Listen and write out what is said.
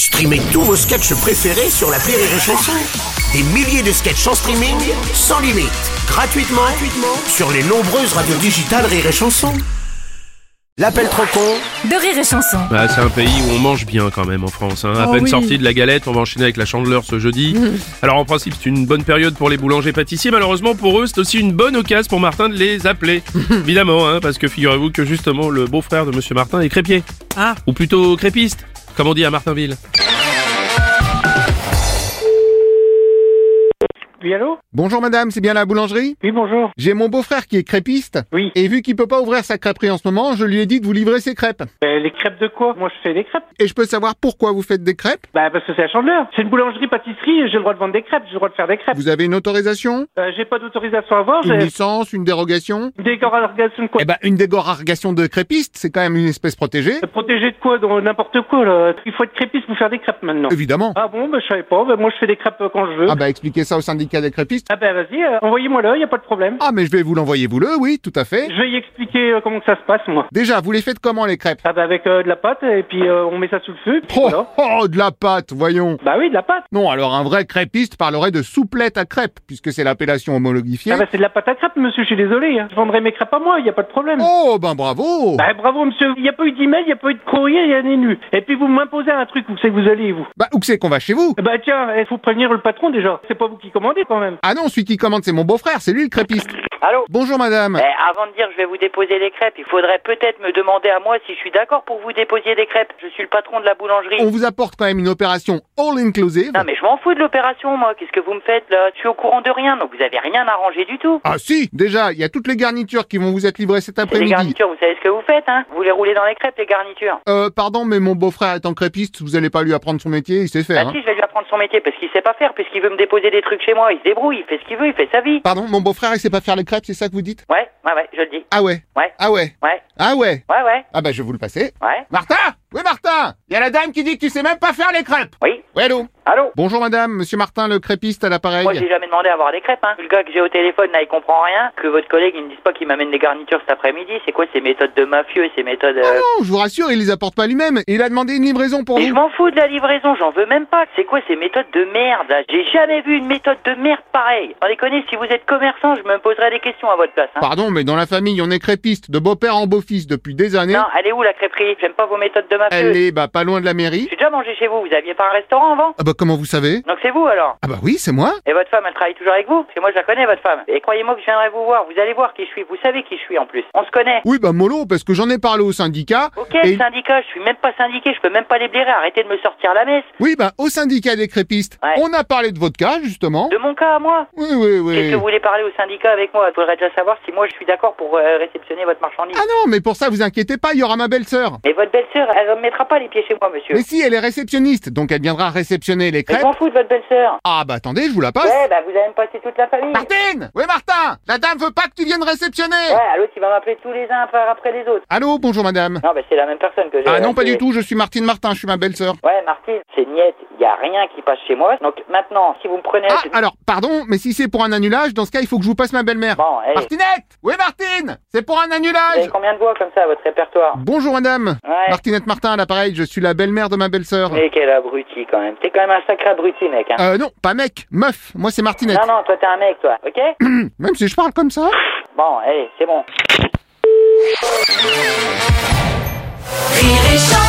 Streamez tous vos sketchs préférés sur l'appli Rire et Chanson. Des milliers de sketchs en streaming, sans limite, gratuitement sur les nombreuses radios digitales Rire et Chanson. L'appel trop con de Rire et Chanson. Bah, c'est un pays où on mange bien quand même en France. À peine sorti de la galette, on va enchaîner avec la Chandeleur ce jeudi. Alors en principe c'est une bonne période pour les boulangers pâtissiers. Malheureusement pour eux c'est aussi une bonne occasion pour Martin de les appeler. Évidemment, parce que figurez-vous que justement le beau-frère de Monsieur Martin est crépier. Ah. Ou plutôt crépiste, comme on dit à Martinville. Oui, allô? Bonjour madame, c'est bien la boulangerie? Oui, bonjour. J'ai mon beau-frère qui est crêpiste. Oui. Et vu qu'il peut pas ouvrir sa crêperie en ce moment, je lui ai dit de vous livrer ses crêpes. Les crêpes de quoi? Moi, je fais des crêpes. Et je peux savoir pourquoi vous faites des crêpes? Parce que c'est la Chandeleur. C'est une boulangerie-pâtisserie, j'ai le droit de vendre des crêpes, j'ai le droit de faire des crêpes. Vous avez une autorisation? J'ai pas d'autorisation à avoir, Une j'ai licence? Une dérogation? une dérogation de quoi? Eh ben, une dérogation de crépiste, c'est quand même une espèce protégée. Protégé de quoi? Dans n'importe quoi, là. Il faut être crépiste pour faire des crêpes, maintenant. Évidemment. Ah bon? Je savais pas. Moi, je fais des crêpes quand je veux. Ah bah expliquez ça au syndicat des crépistes. Vas-y, envoyez-moi-le, y a pas de problème. Ah mais je vais vous l'envoyer vous le, oui, tout à fait. Je vais y expliquer comment que ça se passe, moi. Déjà, vous les faites comment les crêpes? Avec de la pâte, et puis on met ça sous le feu, puis Oh, voilà. oh, de la pâte, voyons. Bah oui, de la pâte. Non, alors un vrai crêpiste parlerait de souplette à crêpes, puisque c'est l'appellation homologifiée. C'est de la pâte à crêpes, monsieur, je suis désolé. Je vendrai mes crêpes à moi, y a pas de problème. Oh, ben bravo. Bravo, monsieur. Il n'y a pas eu d'email, il n'y a pas eu de courrier, il y a des nus. Et puis vous m'imposez un truc, où c'est que vous allez, vous? Bah, où que c'est qu'on va chez vous? Tiens, il faut prévenir le patron déjà. C'est pas vous qui commandez quand même. Ah non, celui qui commande, c'est mon beau-frère, c'est lui le crêpiste. Allô? Bonjour madame. Avant de dire je vais vous déposer les crêpes, il faudrait peut-être me demander à moi si je suis d'accord pour vous déposiez des crêpes. Je suis le patron de la boulangerie. On vous apporte quand même une opération all-inclusive. Non mais je m'en fous de l'opération, moi. Qu'est-ce que vous me faites là? Je suis au courant de rien, donc vous avez rien arrangé du tout. Ah si, déjà, il y a toutes les garnitures qui vont vous être livrées cet Les après-midi. garnitures, vous savez ce que vous faites, hein? Vous les roulez dans les crêpes, les garnitures. Pardon, mais mon beau-frère étant crêpiste, vous allez pas lui apprendre son métier, il sait faire. Si, je vais lui apprendre son métier parce qu'il sait pas faire, puisqu'il veut me déposer des trucs chez moi. Il se débrouille, il fait ce qu'il veut, il fait sa vie. Pardon, mon beau-frère il sait pas faire les crêpes, c'est ça que vous dites? Ouais, je le dis. Ah ouais. Ouais. Ah ouais. Ouais. Ah ouais. Ouais. Ah bah je vais vous le passer. Ouais. Martin! Oui Martin! Il y a la dame qui dit que tu sais même pas faire les crêpes. Oui. Oui, allô? Allô? Bonjour madame, monsieur Martin le crêpiste à l'appareil. Moi, j'ai jamais demandé à avoir des crêpes, hein. Le gars que j'ai au téléphone, là, il comprend rien. Que votre collègue, il me dise pas qu'il m'amène des garnitures cet après-midi. C'est quoi ces méthodes de mafieux, ces méthodes... Ah non, je vous rassure, il les apporte pas lui-même. Il a demandé une livraison pour Mais vous. je m'en fous de la livraison, j'en veux même pas. C'est quoi ces méthodes de merde, là? J'ai jamais vu une méthode de merde pareille. Sans déconner, si vous êtes commerçant, je me poserai des questions à votre place, hein. Pardon, mais dans la famille, on est crêpiste, de beau-père en beau-fils depuis des années. Non, elle est où la crêperie? J'aime pas vos méthodes de mafieux. Elle est, pas loin de la mairie. J'ai déjà mangé chez vous, vous aviez pas un restaurant avant? Ah comment vous savez? Donc c'est vous alors? Ah oui, c'est moi. Et votre femme, elle travaille toujours avec vous? Parce que moi je la connais, votre femme. Et croyez-moi que je viendrai vous voir, vous allez voir qui je suis, vous savez qui je suis en plus. On se connaît. Oui, mollo, parce que j'en ai parlé au syndicat. Ok, et... le syndicat, je suis même pas syndiqué, je peux même pas les blairer, arrêtez de me sortir la messe. Oui, au syndicat des crépistes. Ouais. On a parlé de votre cas, justement. De mon cas à moi? Oui. Qu'est-ce que vous voulez parler au syndicat avec moi? Il faudrait déjà savoir si moi je suis d'accord pour réceptionner votre marchandise. Ah non, mais pour ça, vous inquiétez pas, il y aura ma belle-sœur. Mais votre belle-sœur, elle ne mettra pas les pieds chez moi, monsieur. Mais si, elle est réceptionniste, donc elle viendra réceptionner les Mais crêpes. je m'en fous de votre belle-sœur. Ah attendez, je vous la passe. Ouais, vous allez me passer toute la famille. Martine! Oui, Martin! La dame veut pas que tu viennes réceptionner! Ouais, l'autre il va m'appeler tous les uns après les autres. Allô, bonjour madame. Non, c'est la même personne que j'ai. Ah non, pas du tout, je suis Martine Martin, je suis ma belle-sœur. Ouais, Martine, c'est niette, y a rien qui passe chez moi. Donc maintenant, si vous me prenez... Ah, alors, pardon, mais si c'est pour un annulage, dans ce cas, il faut que je vous passe ma belle-mère. Bon, hey. Martinette! Oui, Martine! C'est pour un Vous annulage! avez combien de voix comme ça à votre répertoire? Bonjour madame. Ouais. Martinette Martin à l'appareil, je suis la belle-mère de ma belle-sœur. Mais quel abruti quand même. T'es quand même un sacré abruti, mec, hein. Non, pas mec, meuf. Moi c'est Martinette. Non, toi t'es un mec, toi, ok? Même si je parle comme ça. Bon, c'est bon. Rire et Chanson.